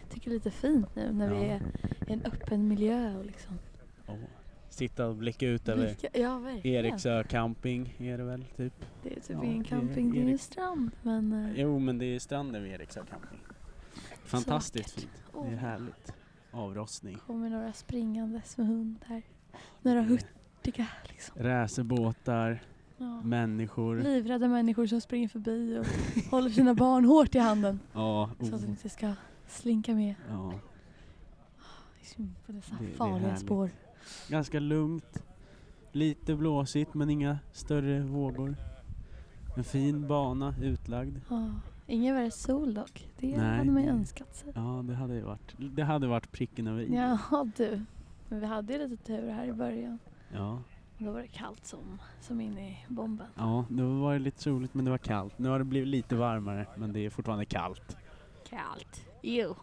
tycker det är lite fint nu när vi är i en öppen miljö och liksom. Sitta och blicka ut över Eriksö camping är det väl typ? Det är typ ingen camping, det är en strand. Men, jo, men det är stranden vid Eriksö camping. Fantastiskt fint. Det är härligt. Avrostning. Kommer några springandes med hund här. Några hurtiga liksom. Racerbåtar, människor. Livrädda människor som springer förbi och håller sina barn hårt i handen. Ja. Så att de inte ska slinka med. Ja. På dessa farliga spår. Ganska lugnt. Lite blåsigt men inga större vågor. En fin bana utlagd. Ja, ingen värre sol dock. Det hade man ju önskat sig. Ja, det hade varit pricken över i. Ja, du. Men vi hade ju lite tur här i början. Ja. Då var det kallt som inne i bomben. Ja, det var lite soligt men det var kallt. Nu har det blivit lite varmare men det är fortfarande kallt. Kallt. Jo.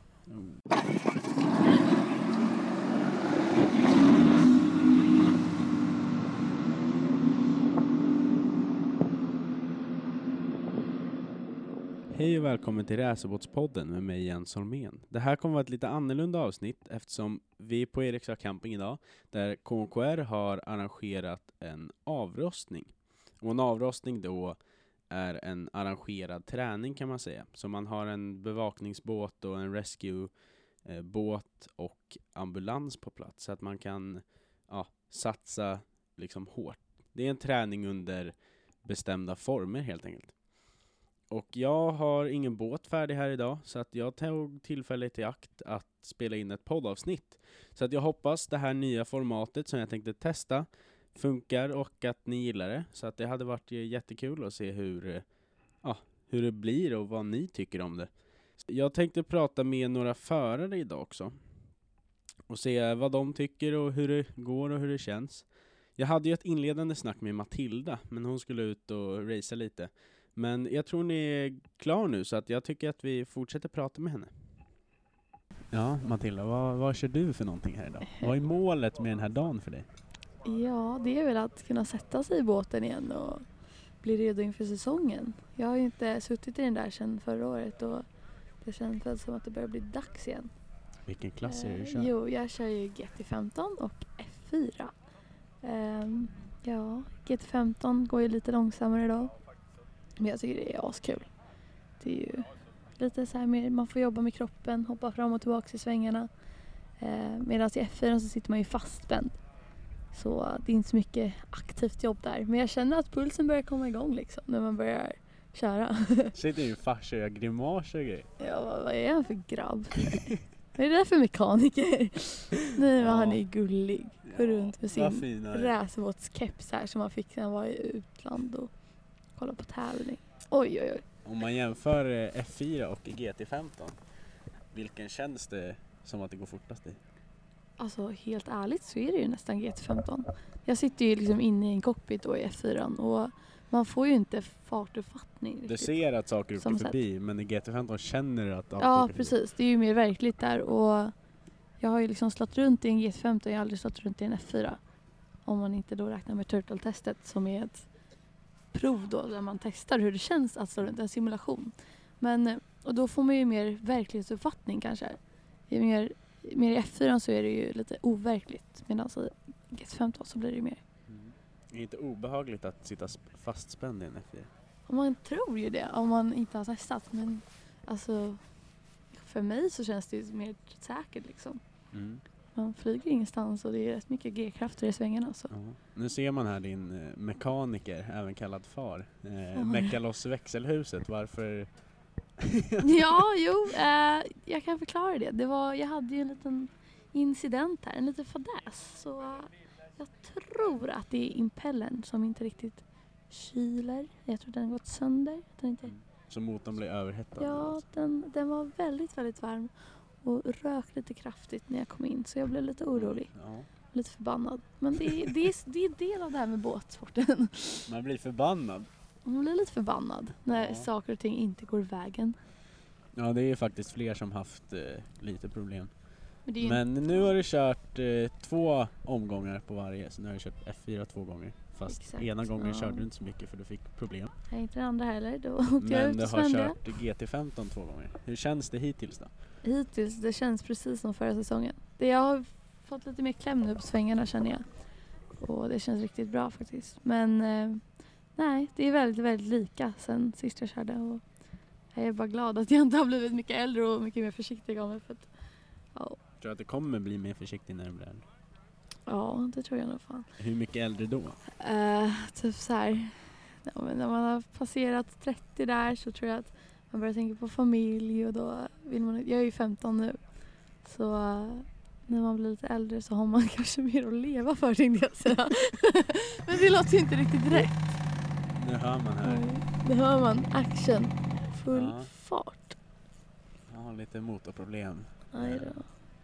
Hej och välkommen till Racerbåtspodden med mig Jens Holmén. Det här kommer vara ett lite annorlunda avsnitt eftersom vi är på Eriksö camping idag där KNKR har arrangerat en avrostning. Och en avrostning då är en arrangerad träning kan man säga. Så man har en bevakningsbåt och en rescuebåt och ambulans på plats så att man kan satsa liksom hårt. Det är en träning under bestämda former helt enkelt. Och jag har ingen båt färdig här idag så att jag tog tillfället i akt att spela in ett poddavsnitt. Så att jag hoppas det här nya formatet som jag tänkte testa funkar och att ni gillar det. Så att det hade varit jättekul att se hur det blir och vad ni tycker om det. Jag tänkte prata med några förare idag också. Och se vad de tycker och hur det går och hur det känns. Jag hade ju ett inledande snack med Matilda men hon skulle ut och racea lite. Men jag tror ni är klar nu så att jag tycker att vi fortsätter prata med henne. Ja, Matilda, vad kör du för någonting här idag? Vad är målet med den här dagen för dig? Ja, det är väl att kunna sätta sig i båten igen och bli redo inför säsongen. Jag har ju inte suttit i den där sedan förra året och det känns väl som att det börjar bli dags igen. Vilken klass är det du kör? Jo, jag kör ju GT15 och F4. GT15 går ju lite långsammare idag. Men jag tycker det är askul. Det är ju lite så här mer, man får jobba med kroppen, hoppa fram och tillbaka i svängarna. Medan i F4 så sitter man ju fastspänd. Så det är inte så mycket aktivt jobb där. Men jag känner att pulsen börjar komma igång liksom när man börjar köra. Sitter ju fast och gör grimaser och grejer. Ja, vad är han för grabb? Vad är det där för mekaniker? Nej, men han är gullig. Går runt med sin racerbåtskeps här som man fick när han var i utland och kolla på tävling. Oj. Om man jämför F4 och GT15, vilken känns det som att det går fortast i? Alltså helt ärligt så är det ju nästan GT15. Jag sitter ju liksom inne i en cockpit då i F4 och man får ju inte fartuppfattning riktigt. Du ser att saker åker förbi men i GT15 känner du att allt ja, åker precis. Förbi. Det är ju mer verkligt där och jag har ju liksom slått runt i en GT15 och jag har aldrig slått runt i en F4. Om man inte då räknar med Turtle-testet som är ett prov då där man testar hur det känns att slå runt, en simulation. Men, och då får man ju mer verklighetsuppfattning kanske. Mer i F4 så är det ju lite overkligt medan i GT15 så blir det ju mer. Det är inte obehagligt att sitta fastspänd i en F4. Och man tror ju det om man inte har testat men alltså för mig så känns det ju mer säkert liksom. Man flyger ingenstans och det är rätt mycket G-krafter i svängarna. Så. Ja. Nu ser man här din mekaniker, även kallad far. Mecka loss växelhuset. Varför? Jag kan förklara det. Jag hade ju en liten incident här, en liten fadäs. Så jag tror att det är impellern som inte riktigt kyler. Jag tror den har gått sönder. Så motorn blir överhettad? Ja, den var väldigt, väldigt varm. Och rök lite kraftigt när jag kom in. Så jag blev lite orolig. Ja. Lite förbannad. Men det är del av det här med båtsporten. Man blir förbannad? Man blir lite förbannad när saker och ting inte går vägen. Ja, det är faktiskt fler som haft lite problem. Men nu har du kört 2 omgångar på varje. Så nu har du kört F4 2 gånger. Fast Exakt, ena gången ja. körde du inte så mycket för du fick problem. Nej, inte den andra heller. Då åkte jag Men ut du och har svände. kört GT15 2 gånger. Hur känns det hittills då? Hittills, det känns precis som förra säsongen. Jag har fått lite mer kläm nu på svängarna känner jag. Och det känns riktigt bra faktiskt. Men nej, det är väldigt, väldigt lika sen sist jag körde. Och jag är bara glad att jag inte har blivit mycket äldre och mycket mer försiktig av mig. För att, ja. Tror du att du kommer bli mer försiktig när du blir äldre? Ja, det tror jag nog fan. Hur mycket äldre då? Typ så här. Ja, men när man har passerat 30 där så tror jag att man börjar tänka på familj och då vill man. Jag är ju 15 nu. Så när man blir lite äldre så har man kanske mer att leva för, tänkte jag säga. Men det låter ju inte riktigt rätt. Nu hör man här. Det hör man. Action. Full Ja. fart. Jag har lite motorproblem. Aj då.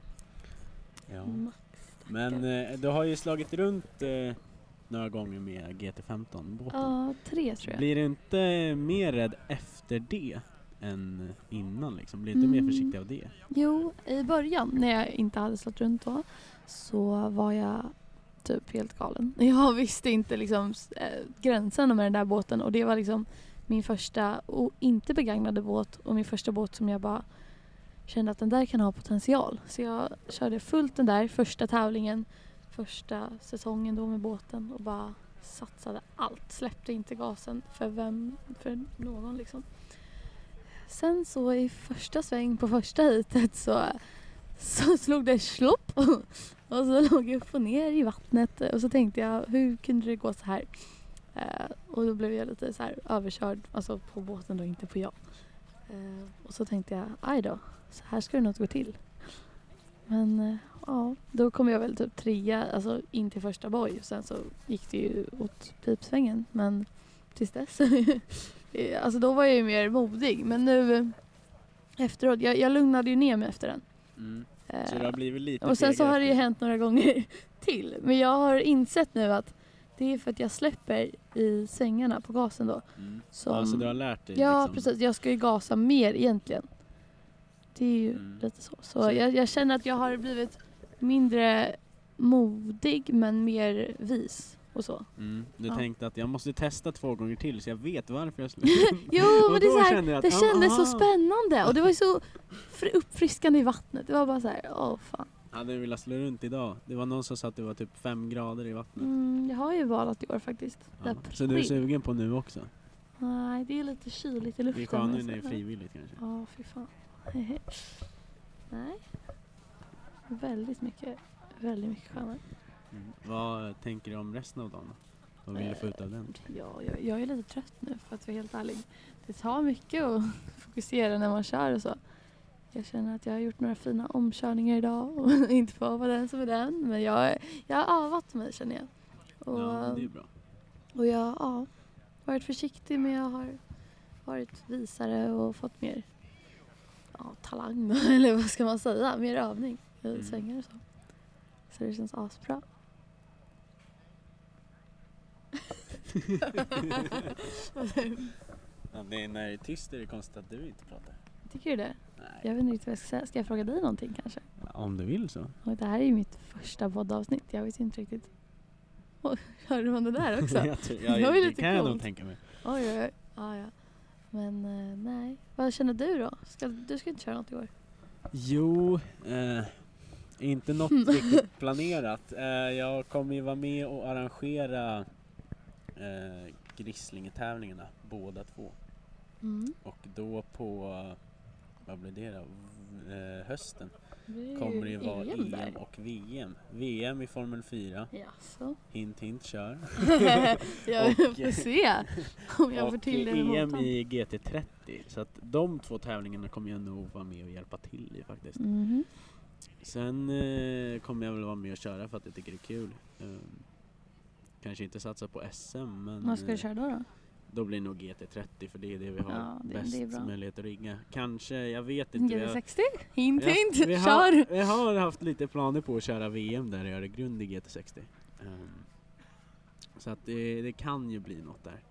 Ja. Max. Men du har ju slagit runt några gånger med GT15-båten. Ja, 3 tror jag. Blir du inte mer rädd efter det än innan liksom? Blir du inte mer försiktig av det? Jo, i början när jag inte hade slått runt då så var jag typ helt galen. Jag visste inte liksom gränserna med den där båten och det var liksom min första och inte begagnade båt och min första båt som jag bara kände att den där kan ha potential. Så jag körde fullt den där första tävlingen, första säsongen då med båten och bara satsade allt. Släppte inte gasen för någon liksom. Sen så i första sväng på första hitet så slog det slopp och så låg jag upp och ner i vattnet och så tänkte jag hur kunde det gå så här? Och då blev jag lite så här överkörd, alltså på båten då, inte på jag. Och så tänkte jag, aj då, så här ska det nog gå till. Men ja, då kom jag väl typ 3, alltså in till första boj. Sen så gick det ju åt pipsvängen, men tills dess. Alltså då var jag ju mer modig, men nu efteråt, jag lugnade ju ner mig efter den. Så det har blivit lite och sen så fegare har det ju efter. hänt några gånger till. Men jag har insett nu att det är för att jag släpper i svängarna på gasen då. Ja, så du har lärt dig Ja, liksom. precis. Jag ska ju gasa mer egentligen. Det är ju lite så. Så jag känner att jag har blivit mindre modig men mer vis och så. Du Ja. tänkte att jag måste testa 2 gånger till så jag vet varför jag skulle. Jo, men det är så här, det kändes så spännande och det var ju så uppfriskande i vattnet. Det var bara så här, fan. Hade du velat slå runt idag? Det var någon som sa att det var typ 5 grader i vattnet. Jag har ju valat i år faktiskt. Ja. Så du är sugen på nu också? Nej, det är lite kyligt i luften. Det är skönare när det är frivilligt kanske. Ja, fy fan. Nej. Väldigt mycket skönare. Vad tänker du om resten av dagen då? Vad vill du få ut av den? Ja, jag är lite trött nu för att vara helt ärlig. Det tar mycket att fokusera när man kör och så. Jag känner att jag har gjort några fina omkörningar idag och inte får vara den som är den. Men jag har övat mig känner jag. Och, Ja, det är bra. och jag har varit försiktig men jag har varit visare och fått mer talang då, eller vad ska man säga, mer övning i svängar och så. Så det känns asbra. Ja, det är när det är tyst är det konstigt att du inte pratar. Tycker du det? Nej. Jag vet inte riktigt vad jag ska säga. Ska jag fråga dig någonting kanske? Om du vill så. Och det här är ju mitt första poddavsnitt. Jag vet inte riktigt. Hörde man det där också? Det kan jag nog tänka mig. Oj. Ja. Men nej. Vad känner du då? Du ska inte köra något i år? Jo, inte något riktigt planerat. Jag kommer ju vara med och arrangera Grislingetävlingarna, båda 2. Och då på, vad blir det då? Hösten kommer det ju vara EM och VM. VM i Formel 4. Jaså? Hint, kör. Jag får se om jag får till det. Och EM i GT30. Så att de 2 tävlingarna kommer jag nog vara med och hjälpa till i faktiskt. Sen kommer jag väl vara med och köra för att jag tycker det är kul. Kanske inte satsa på SM, men vad ska du köra då? Då blir det nog GT30 för det är det vi har bäst möjlighet att rigga. Kanske, jag vet inte. GT60? Hint, vi kör! Vi har haft lite planer på att köra VM där jag är grund i GT60. Så att det kan ju bli något där.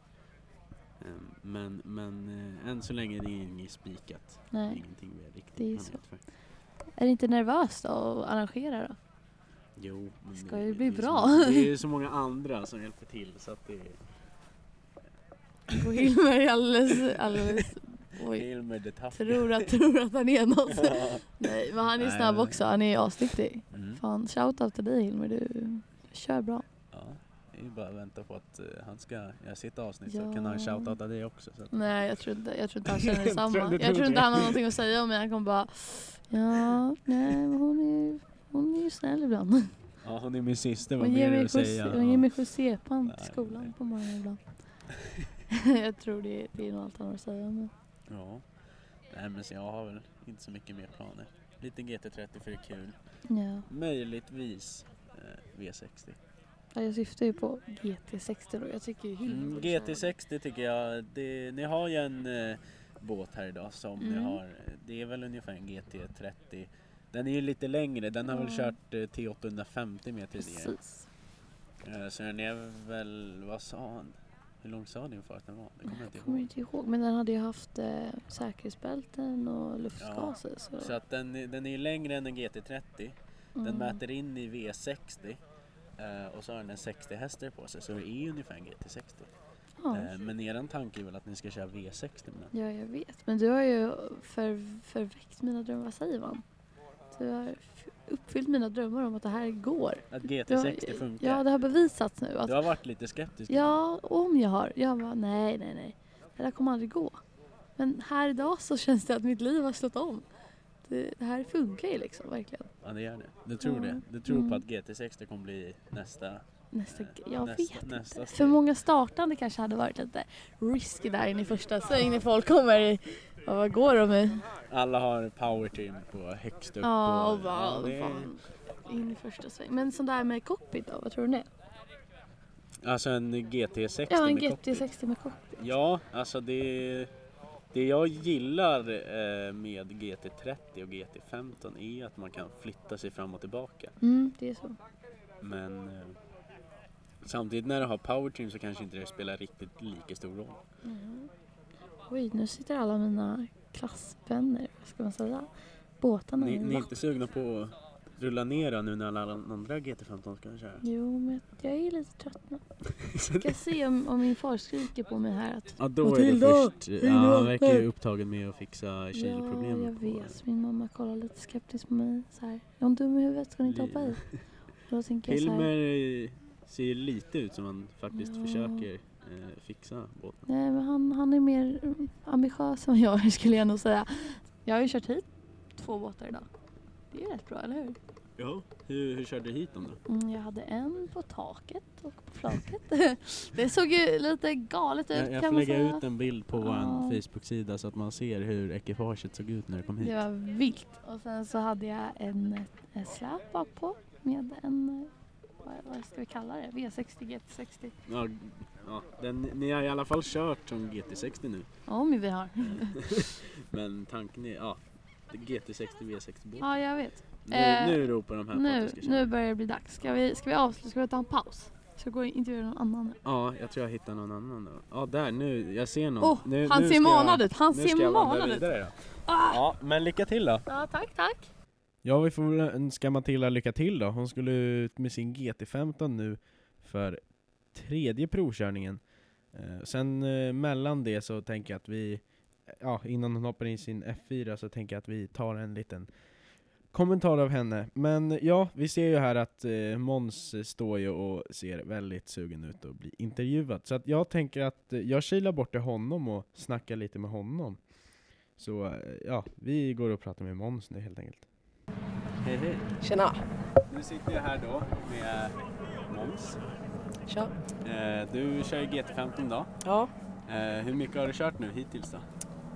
Men än så länge är det inget spikat. Nej. Ingenting vi är riktigt det är planerat för. Är det inte nervöst då att arrangera då? Jo, men Ska ju bli det är bra. Det är ju så många andra som hjälper till så att det Och Hilmer är alldeles oj, Hilmer det taff. tror att han är någon. Nej, men han är snabb också. Han är asduktig. Fan, shoutout till dig Hilmer. Du kör bra. Ja, det är ju bara att vänta på att han ska göra sitt avsnitt så kan han shoutouta dig också. Så att... Nej, jag tror inte han känner detsamma. Jag tror inte han har någonting att säga om mig. Han kommer bara, ja, nej, men hon är ju snäll ibland. Ja, hon är min syster. Hon ger mig skjuts till skolan på morgonen ibland. Jag tror det är något allt annat att säga. Men... Ja, nej men så jag har väl inte så mycket mer planer. Lite GT30 för det är kul. Ja. Möjligtvis V60. Ja, jag syftar ju på GT60 då. Jag tycker ju GT60 tycker jag, ni har ju en båt här idag som ni har, det är väl ungefär en GT30. Den är ju lite längre, den har väl kört T850 med tidigare. Precis. Så den är väl, vad sa han? Hur lång sa din för att den var? Det kommer inte ihåg. Men den hade ju haft säkerhetsbälten och luftgaser. Ja, så att den är ju längre än en GT30. Den mäter in i V60 och så har den en 60 hästar på sig. Så det är ungefär en GT60. Ja. Men eran tanke är väl att ni ska köra V60 med den? Ja, jag vet. Men du har ju förväckt mina drömmar. Vad säger man? Du har uppfyllt mina drömmar om att det här går. Att GT60 funkar? Ja, det har bevisats nu. Att, du har varit lite skeptisk? Ja, om jag har. Jag bara, nej. Det där kommer aldrig gå. Men här idag så känns det att mitt liv har slått om. Det här funkar ju liksom, verkligen. Ja, det gör det. Du tror det? Du tror på att GT60 kommer bli nästa För många startande kanske hade varit lite risky där in i första sväng när folk kommer i, vad går de i? Alla har power team på högst upp. Ja, och in i första sväng. Men sån där med cockpit då, vad tror du det är? Alltså en GT60 ja, en med GT60 med cockpit. Ja, alltså det jag gillar med GT30 och GT15 är att man kan flytta sig fram och tillbaka. Det är så. Men samtidigt när du har powertrim så kanske inte det spelar riktigt lika stor roll. Oj, nu sitter alla mina klassvänner, vad ska man säga, båtarna. Ni är inte sugna på att rulla ner nu när alla andra GT15 ska köra? Jo, men jag är lite trött nu. Jag ska se om min far skriker på mig här att ja, då Matilda, är det först. Ja, han verkar ju upptagen med att fixa kilproblem. Ja, jag vet. Min mamma kollar lite skeptiskt på mig. Så här, är hon dum i huvudet? Ska ni inte hoppa i? Och då tänker jag så här, Hilmer ser lite ut som han faktiskt försöker fixa båten. Nej, men han är mer ambitiös än jag skulle jag nog säga. Jag har ju kört hit 2 båtar idag. Det är rätt bra, eller hur? Ja, hur körde du hit dem då? Jag hade en på taket och på flaket. Det såg ju lite galet ut, jag kan får man lägga säga. ut en bild på vår Facebook-sida så att man ser hur ekipaget såg ut när det kom hit. Det var vilt. Och sen så hade jag en släp bak på med en, vad ska vi kalla det? V60, GT60. Ja, ni har i alla fall kört som GT60 nu. Ja, men vi har. Men tanken är, GT60, V60-båt. Ja, jag vet. Nu ropar de här på att vi ska köra. Nu börjar det bli dags. Ska vi avsluta? Ska vi ta en paus? Ska gå och intervjua någon annan? Ja, jag tror jag hittar någon annan då. Ja, där, nu, jag ser någon. Han ser manad ut. Han ser manad ut. Ja, men lycka till då. Ja, tack. Ja, vi får väl önska Matilda lycka till då. Hon skulle ut med sin GT15 nu för 3:e provkörningen. Sen mellan det så tänker jag att vi, innan hon hoppar in sin F4 så tänker jag att vi tar en liten kommentar av henne. Men ja, vi ser ju här att Måns står ju och ser väldigt sugen ut att bli intervjuad. Så att jag tänker att jag kilar bort till honom och snackar lite med honom. Så vi går och pratar med Måns nu helt enkelt. Hej. Tjena. Nu sitter jag här då med Måns. Tja. Du kör ju GT15 då. Ja. Hur mycket har du kört nu hittills då?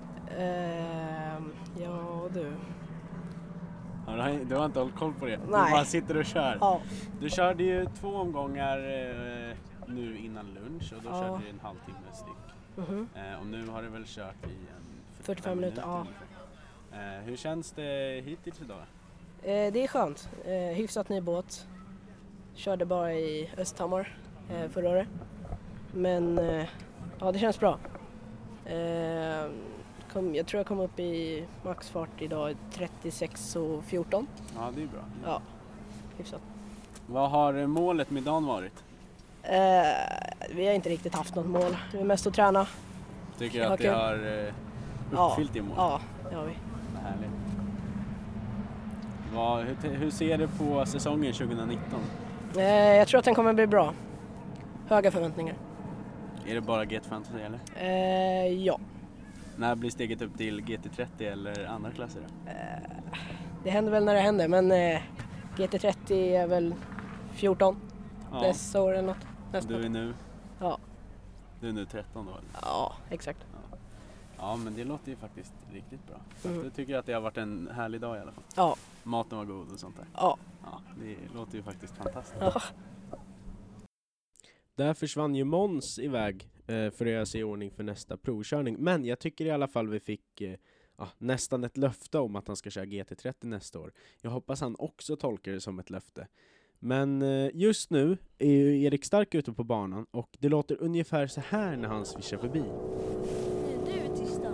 Ja, du. Ja, du har inte hållit koll på det? Nej. Du bara sitter och kör? Ja. Du körde ju 2 omgångar nu innan lunch och då körde du en halvtimme styck. Och nu har du väl kört i 45 minuter, ja. Hur känns det hittills idag? Det är skönt. Hyfsat ny båt. Körde bara i Östhammar förra året. Men det känns bra. Jag tror jag kom upp i maxfart idag 36,14. Ja, det är bra. Ja, hyfsat. Vad har målet med dagen varit? Vi har inte riktigt haft något mål. Vi är mest att träna. Tycker du att det har uppfyllt det målet? Ja, det har vi. Vad härligt. Hur ser du på säsongen 2019? Jag tror att den kommer bli bra. Höga förväntningar. Är det bara GT Fantasy eller? Ja. När blir steget upp till GT30 eller andra klasser då? Det händer väl när det händer, men GT30 är väl 14 nästa år eller något. Du är nu? Ja. Du är nu 13 då eller? Ja, exakt. Ja, men det låter ju faktiskt riktigt bra. Jag tycker att det har varit en härlig dag i alla fall. Ja. Maten var god och sånt där. Ja. Ja, det låter ju faktiskt fantastiskt. Ja. Där försvann ju Måns iväg för att göra sig i ordning för nästa provkörning. Men jag tycker i alla fall vi fick nästan ett löfte om att han ska köra GT30 nästa år. Jag hoppas han också tolkar det som ett löfte. Men just nu är ju Erik Stark ute på banan och det låter ungefär så här när han svischar förbi. Du är tysta.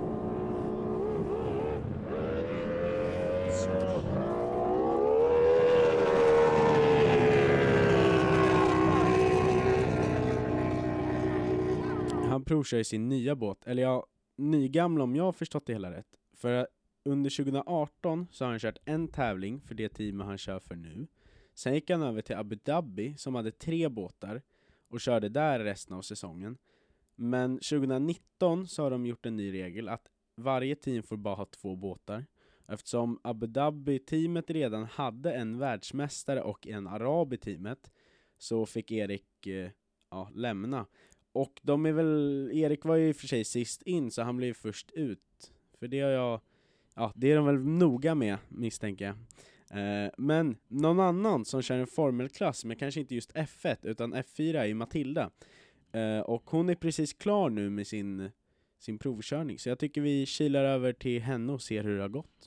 Han provkör i sin nya båt, eller ja, nygamla om jag har förstått det hela rätt. För under 2018 så har han kört en tävling för det team han kör för nu. Sen gick han över till Abu Dhabi som hade 3 båtar och körde där resten av säsongen. Men 2019 så har de gjort en ny regel att varje team får bara ha 2 båtar. Eftersom Abu Dhabi-teamet redan hade en världsmästare och en arab i teamet så fick Erik lämna. Och Erik var ju i och för sig sist in så han blev först ut. För det det är de väl noga med, misstänker jag. Men någon annan som kör en formelklass, men kanske inte just F1 utan F4 är Matilda. Och hon är precis klar nu med sin provkörning. Så jag tycker vi kilar över till henne och ser hur det har gått.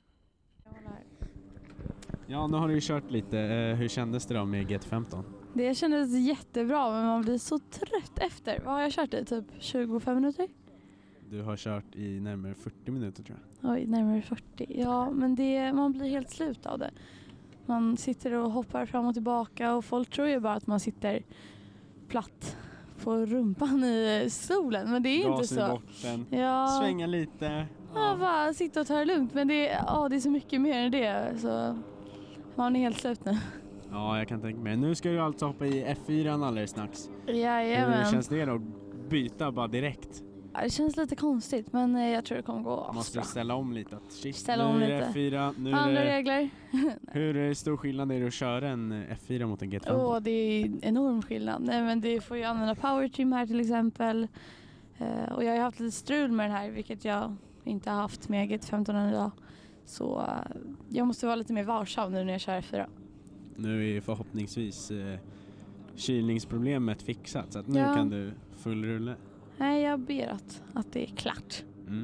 Ja, nu har du ju kört lite. Hur kändes det då med GT15? Det kändes jättebra, men man blir så trött efter. Vad har jag kört i? Typ 25 minuter? Du har kört i närmare 40 minuter tror jag. Oj, närmare 40. Ja, men man blir helt slut av det. Man sitter och hoppar fram och tillbaka och folk tror ju bara att man sitter platt på rumpan i solen. Men det är inte så. Gasen i botten, ja. Svänga lite. Ja, bara sitta och ta det lugnt. Men det är så mycket mer än det. Så man är helt slut nu. Ja, jag kan tänka mig. Nu ska du alltså hoppa i F4 alldeles snacks. Jajamän. Hur känns det då? Byta bara direkt? Ja, det känns lite konstigt, men jag tror det kommer gå. Måste ställa om lite. Ställa om lite. F4, nu andra regler. Hur stor skillnad är det att köra en F4 mot en GT15? Det är enorm skillnad. Nej, men det får ju använda power trim här till exempel. Och jag har haft lite strul med den här, vilket jag inte har haft med GT15 idag. Så jag måste vara lite mer varsam nu när jag kör F4. Nu är förhoppningsvis kylningsproblemet fixat, så att nu kan du fullrulla. Nej, jag ber att det är klart.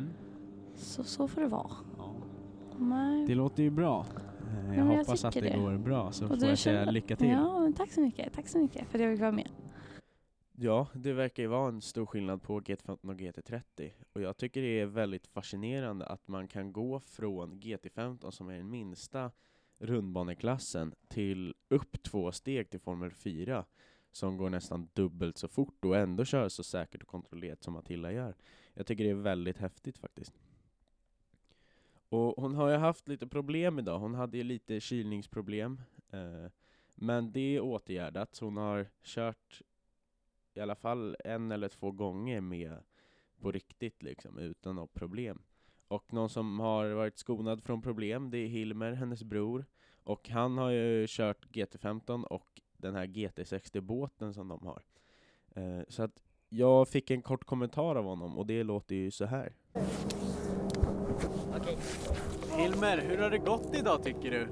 Så får det vara. Ja. Nej. Det låter ju bra. Jag hoppas att det går bra, så får jag säga lycka till. Ja, men tack så mycket för att jag fick vara med. Ja, det verkar ju vara en stor skillnad på GT15 och GT30. Och jag tycker det är väldigt fascinerande att man kan gå från GT15 som är den minsta rundbaneklassen till upp 2 steg till Formel 4 som går nästan dubbelt så fort och ändå kör så säkert och kontrollerat som Matilda gör. Jag tycker det är väldigt häftigt faktiskt. Och hon har ju haft lite problem idag. Hon hade ju lite kylningsproblem. Men det är åtgärdat. Hon har kört i alla fall 1 eller 2 gånger med på riktigt liksom, utan något problem. Och någon som har varit skonad från problem, det är Hilmer, hennes bror. Och han har ju kört GT15 och den här GT60-båten som de har. Så att jag fick en kort kommentar av honom och det låter ju så här. Okej. Hilmer, hur har det gått idag tycker du?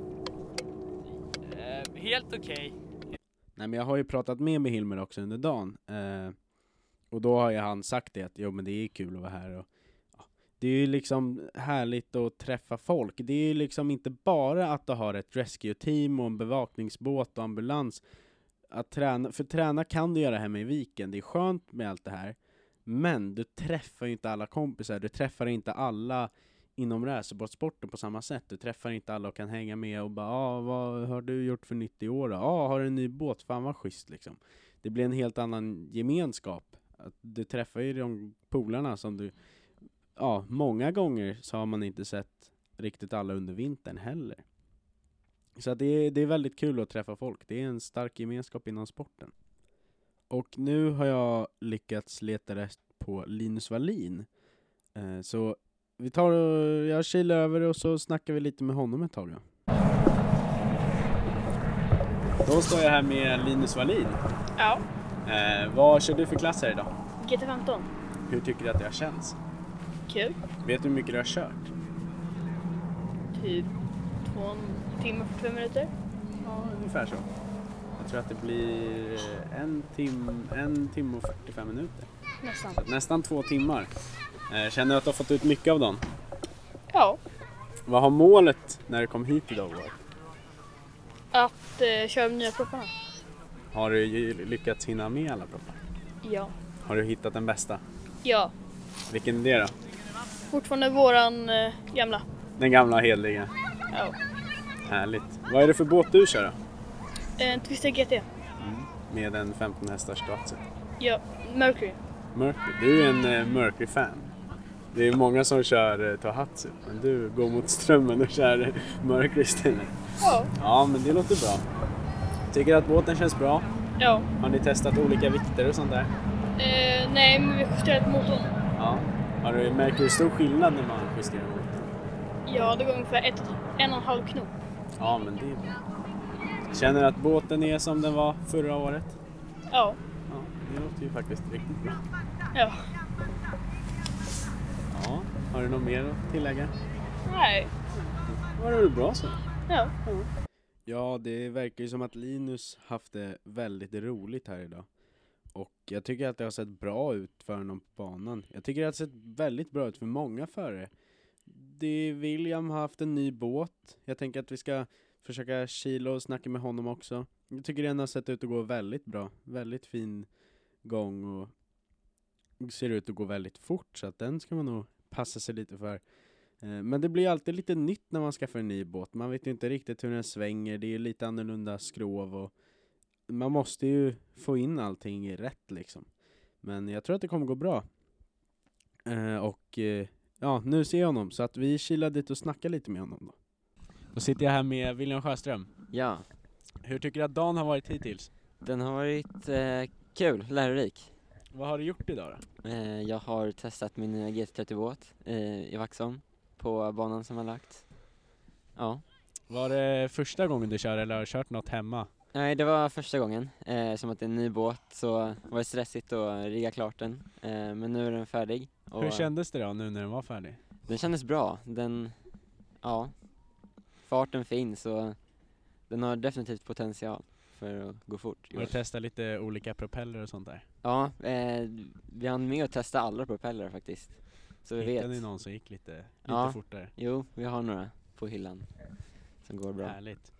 Helt okej. Nej, men jag har ju pratat med Hilmer också under dagen. Och då har ju han sagt det att men det är kul att vara här. Och, det är ju liksom härligt att träffa folk. Det är ju liksom inte bara att du har ett rescue-team och en bevakningsbåt och ambulans. Att träna kan du göra hemma i viken. Det är skönt med allt det här. Men du träffar ju inte alla kompisar. Du träffar inte alla inom racerbåtsporten på samma sätt. Du träffar inte alla och kan hänga med och bara vad har du gjort för nytt i år då? Har du en ny båt? Fan vad schysst liksom. Det blir en helt annan gemenskap. Att du träffar ju de polarna som du många gånger så har man inte sett riktigt alla under vintern heller. Så att det är väldigt kul att träffa folk. Det är en stark gemenskap inom sporten. Och nu har jag lyckats leta rätt på Linus Wallin. Så jag kilar över och så snackar vi lite med honom ett tag då. Då står jag här med Linus Wallin. Ja, Vad kör du för klass här idag? GT15. Hur tycker du att det har känts? Kul. Vet du hur mycket du har kört? Typ 2 timmar 45 minuter. Ja, ungefär så. Jag tror att det blir en timme och 45 minuter. Nästan. Så nästan 2 timmar. Känner du att du har fått ut mycket av dem? Ja, Vad har målet när du kom hit idag varit? att köra de nya propparna. Har du lyckats hinna med alla proppar? Ja. Har du hittat den bästa? Ja, Vilken är det då? fortfarande våran gamla. Den gamla hedliga. Ja. Härligt. Vad är det för båt du kör då? En Twister GT. Med en 15 hästars Tohatsu. Ja, Mercury. Mercury. Du är en Mercury-fan. Det är många som kör Tohatsu. Men du går mot strömmen och kör Mercury istället. Ja. Ja, men det låter bra. Tycker att båten känns bra? Ja. Har ni testat olika vikter och sånt där? Nej, men vi justerade på motorn. Ja. Märker du stor skillnad när man justerar motorn? Ja, det går ungefär 1,5 knop. Ja, men det är bra. Känner du att båten är som den var förra året? Ja. Ja, det låter ju faktiskt riktigt bra. Ja. Ja, har du något mer att tillägga? Nej. Var det bra så? Ja. Ja, det verkar ju som att Linus haft det väldigt roligt här idag. Och jag tycker att det har sett bra ut för honom på banan. Jag tycker att det har sett väldigt bra ut för många förare. William har haft en ny båt. Jag tänker att vi ska försöka kila och snacka med honom också. Jag tycker den har sett ut att gå väldigt bra. Väldigt fin gång och ser ut att gå väldigt fort. Så att den ska man nog passa sig lite för. Men det blir alltid lite nytt när man skaffar en ny båt. Man vet ju inte riktigt hur den svänger. Det är lite annorlunda skrov och man måste ju få in allting rätt liksom. Men jag tror att det kommer gå bra. Ja, nu ser jag honom. Så att vi kilar dit och snackar lite med honom då. Då sitter jag här med William Sjöström. Ja, Hur tycker du att dagen har varit hittills? den har varit kul, lärorik. Vad har du gjort idag då? Jag har testat min nya GT30-båt i Vaxholm på banan som har lagt. Ja. Var det första gången du kör eller har du kört något hemma? Nej, det var första gången. Som att det är en ny båt så var det stressigt att rigga klart den. Men nu är den färdig. Och Hur kändes det då nu när den var färdig? den kändes bra. Farten finns och den har definitivt potential för att gå fort. Har du testat lite olika propeller och sånt där? Ja, vi hann med att testa alla propellrar faktiskt. Så vi Hittade vet. ni någon som gick lite Ja. fortare? Jo, vi har några på hyllan som går bra. Härligt.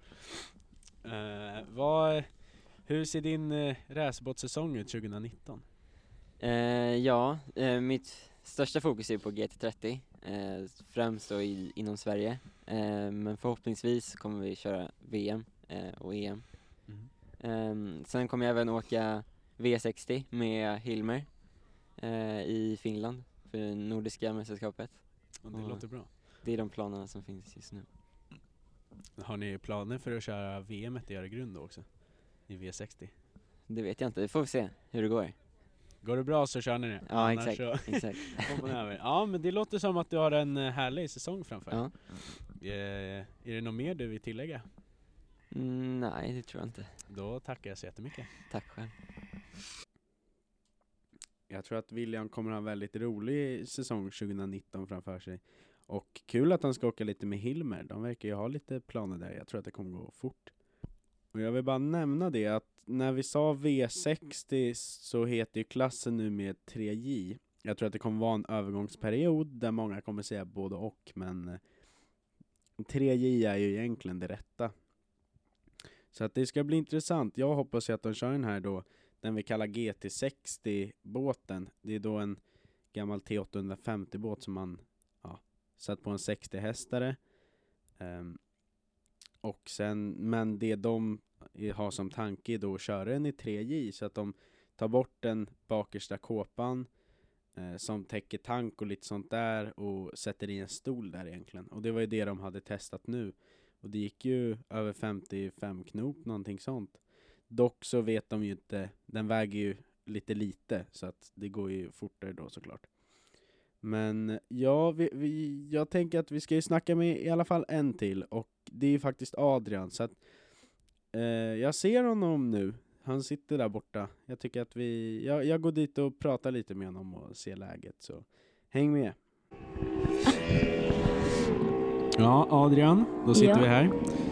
Hur ser din racerbåtssäsong ut 2019? Mitt största fokus är på GT30, främst då inom Sverige. Men förhoppningsvis kommer vi köra VM och EM. Sen kommer jag även åka V60 med Hilmer i Finland för Nordiska mästerskapet. Och det Ja. låter bra. Det är de planerna som finns just nu. Har ni planer för att köra VM:et i Öregrund då också? I V60? Det vet jag inte, vi får se hur det går. Går det bra så kör ni det? Ja, Annars exakt. så exakt. hoppar ni över. Ja, men det låter som att du har en härlig säsong framför. Ja. Är det något mer du vill tillägga? Nej, det tror jag inte. Då tackar jag så jättemycket. Tack själv. Jag tror att William kommer ha en väldigt rolig säsong 2019 framför sig. Och kul att han ska åka lite med Hilmer. De verkar ju ha lite planer där. Jag tror att det kommer gå fort. Och jag vill bara nämna det att när vi sa V60 så heter ju klassen nu med 3J. Jag tror att det kommer vara en övergångsperiod där många kommer säga både och. Men 3J är ju egentligen det rätta. Så att det ska bli intressant. Jag hoppas ju att de kör den här då. Den vi kallar GT60-båten. Det är då en gammal T850-båt som man satt på en 60-hästare. Och sen, men det de har som tanke är då att köra den i 3J, så att de tar bort den bakersta kåpan som täcker tank och lite sånt där och sätter i en stol där egentligen. Och det var ju det de hade testat nu. Och det gick ju över 55 knop, någonting sånt. Dock så vet de ju inte, den väger ju lite så att det går ju fortare då såklart. Men ja, jag tänker att vi ska ju snacka med i alla fall en till, och det är ju faktiskt Adrian. Så att jag ser honom nu. Han sitter där borta. Jag tycker att jag går dit och pratar lite med honom och ser läget, så häng med. Ja, Adrian, då sitter vi här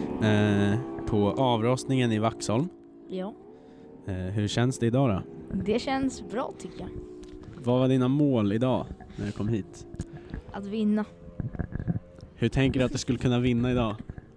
på avrostningen i Vaxholm. Ja, Hur känns det idag då? det känns bra tycker jag. Vad var dina mål idag när du kom hit? Att vinna. Hur tänker du att du skulle kunna vinna idag?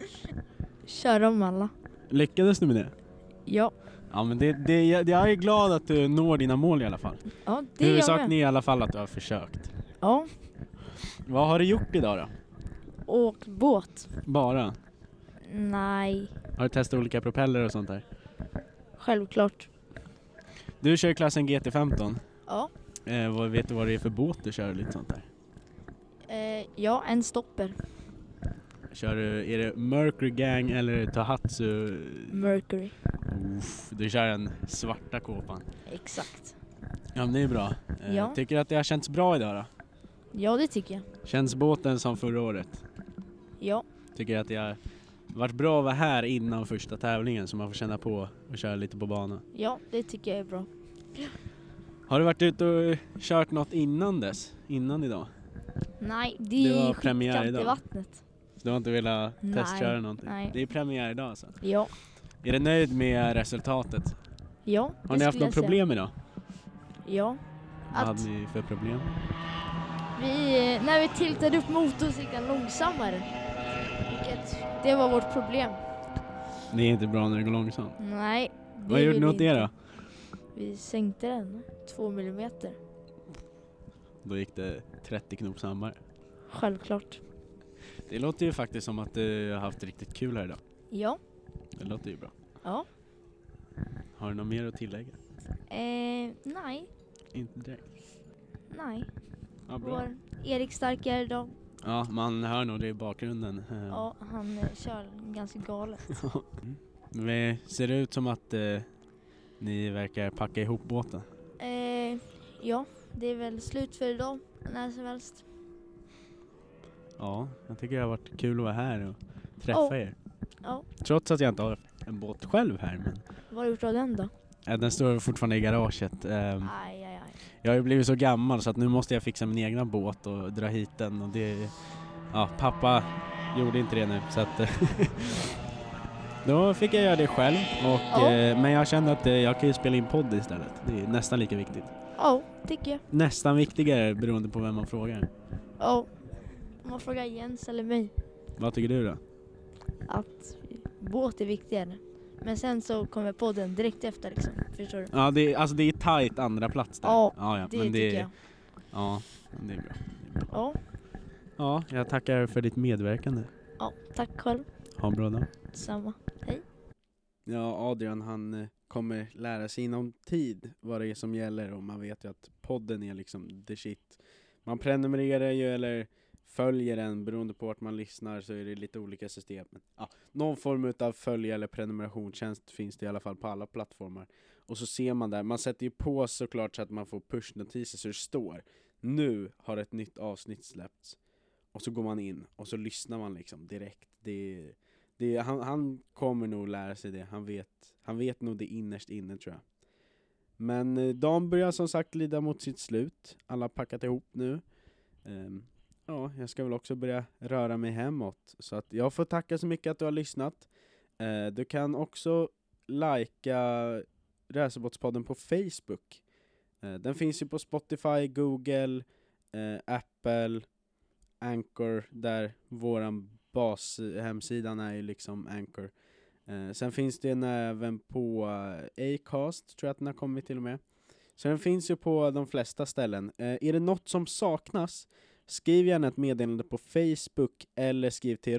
Köra om alla. Lyckades du med det? Ja, Ja, men jag är glad att du når dina mål i alla fall. ja det gör Huvudsaken jag. är i alla fall att du har försökt. Ja, Vad har du gjort idag då? åkt båt. Bara? Nej, Har du testat olika propeller och sånt där? självklart. Du kör klassen GT15. Ja, Vet du vad det är för båt du kör, lite sånt där? ja, en stopper. Är det Mercury Gang eller Tohatsu? Mercury. Du kör en svarta kåpan. Exakt. Ja, men det är bra. Ja. Tycker du att det har känts bra idag då? Ja, det tycker jag. Känns båten som förra året? Ja, Tycker att det har varit bra att vara här innan första tävlingen, så man får känna på och köra lite på banan. ja, det tycker jag är bra. Har du varit ute och kört något innan idag? Nej, Det det var är premiär skitkallt i idag. vattnet. Så du har inte velat Nej, testköra någonting? nej. Det är premiär idag alltså. Ja, Är du nöjd med resultatet? ja. Har ni haft något problem idag? Ja. Vad Att hade ni för problem? när vi tiltade upp motorn så gick den långsammare. Det var vårt problem. Det är inte bra när det går långsamt. Nej. Vad gjorde ni åt det inte. då? Vi sänkte den 2 millimeter. Då gick det 30 knop snabbare. Självklart. Det låter ju faktiskt som att du har haft riktigt kul här idag. Ja. Det låter ju bra. Ja. Har du något mer att tillägga? Nej. Inte direkt. Nej. Ja, bra. Vår Erik Starkare idag. Ja, man hör nog det i bakgrunden. Ja, han kör ganska galet. Det ser ut som att ni verkar packa ihop båten. Ja, det är väl slut för idag. När som helst. Ja, jag tycker det har varit kul att vara här och träffa er. Ja. Trots att jag inte har en båt själv här. Men Vad har du gjort av den då? den står fortfarande i garaget. Aj. Jag har ju blivit så gammal så att nu måste jag fixa min egna båt och dra hit den. Och det, ja, pappa gjorde inte det nu. Så att, då fick jag göra det själv. Och, men jag kände att jag kan ju spela in podd istället. Det är nästan lika viktigt. Ja, tycker jag. Nästan viktigare beroende på vem man frågar. Ja. Om man frågar Jens eller mig. Vad tycker du då? Att båt är viktigare. Men sen så kommer podden direkt efter liksom. Förstår du? Ja, det är tajt andra plats där. Ja, det men tycker jag. Ja, men det är bra. Ja. Ja, jag tackar för ditt medverkande. Ja, tack själv. Ha en bra dag. Samma. Hej. Ja, Adrian han kommer lära sig inom tid vad det är som gäller, och man vet ju att podden är liksom the shit. Man prenumererar ju eller följer den, beroende på vart man lyssnar så är det lite olika system. Men, ja, någon form av följa eller prenumerationstjänst finns det i alla fall på alla plattformar. Och så ser man där, man sätter ju på såklart så att man får pushnotiser så det står nu har ett nytt avsnitt släppts. Och så går man in och så lyssnar man liksom direkt. Han kommer nog lära sig det. Han vet nog det innerst inne, tror jag. Men dagen börjar som sagt lida mot sitt slut. Alla har packat ihop nu. Ja, jag ska väl också börja röra mig hemåt. Så att jag får tacka så mycket att du har lyssnat. Du kan också likea Racerbåtspodden på Facebook. Den finns ju på Spotify, Google, Apple, Anchor, där våran bashemsidan är ju liksom Anchor. Sen finns den även på Acast, tror jag att den har kommit till och med. Så den finns ju på de flesta ställen. Är det något som saknas, skriv gärna ett meddelande på Facebook eller skriv till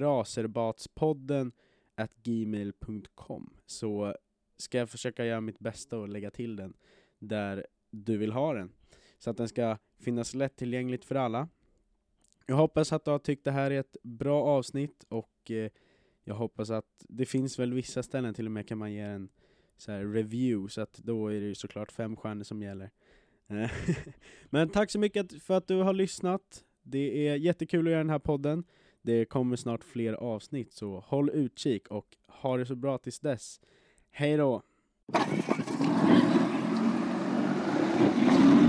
raserbatspodden@gmail.com, så ska jag försöka göra mitt bästa och lägga till den där du vill ha den, så att den ska finnas lättillgängligt för alla. Jag hoppas att du har tyckt det här är ett bra avsnitt, och jag hoppas att det finns väl vissa ställen till och med kan man ge en så här review, så att då är det ju såklart 5 stjärnor som gäller. Men tack så mycket för att du har lyssnat. Det är jättekul att göra den här podden. Det kommer snart fler avsnitt, så håll utkik och ha det så bra tills dess. Hej då!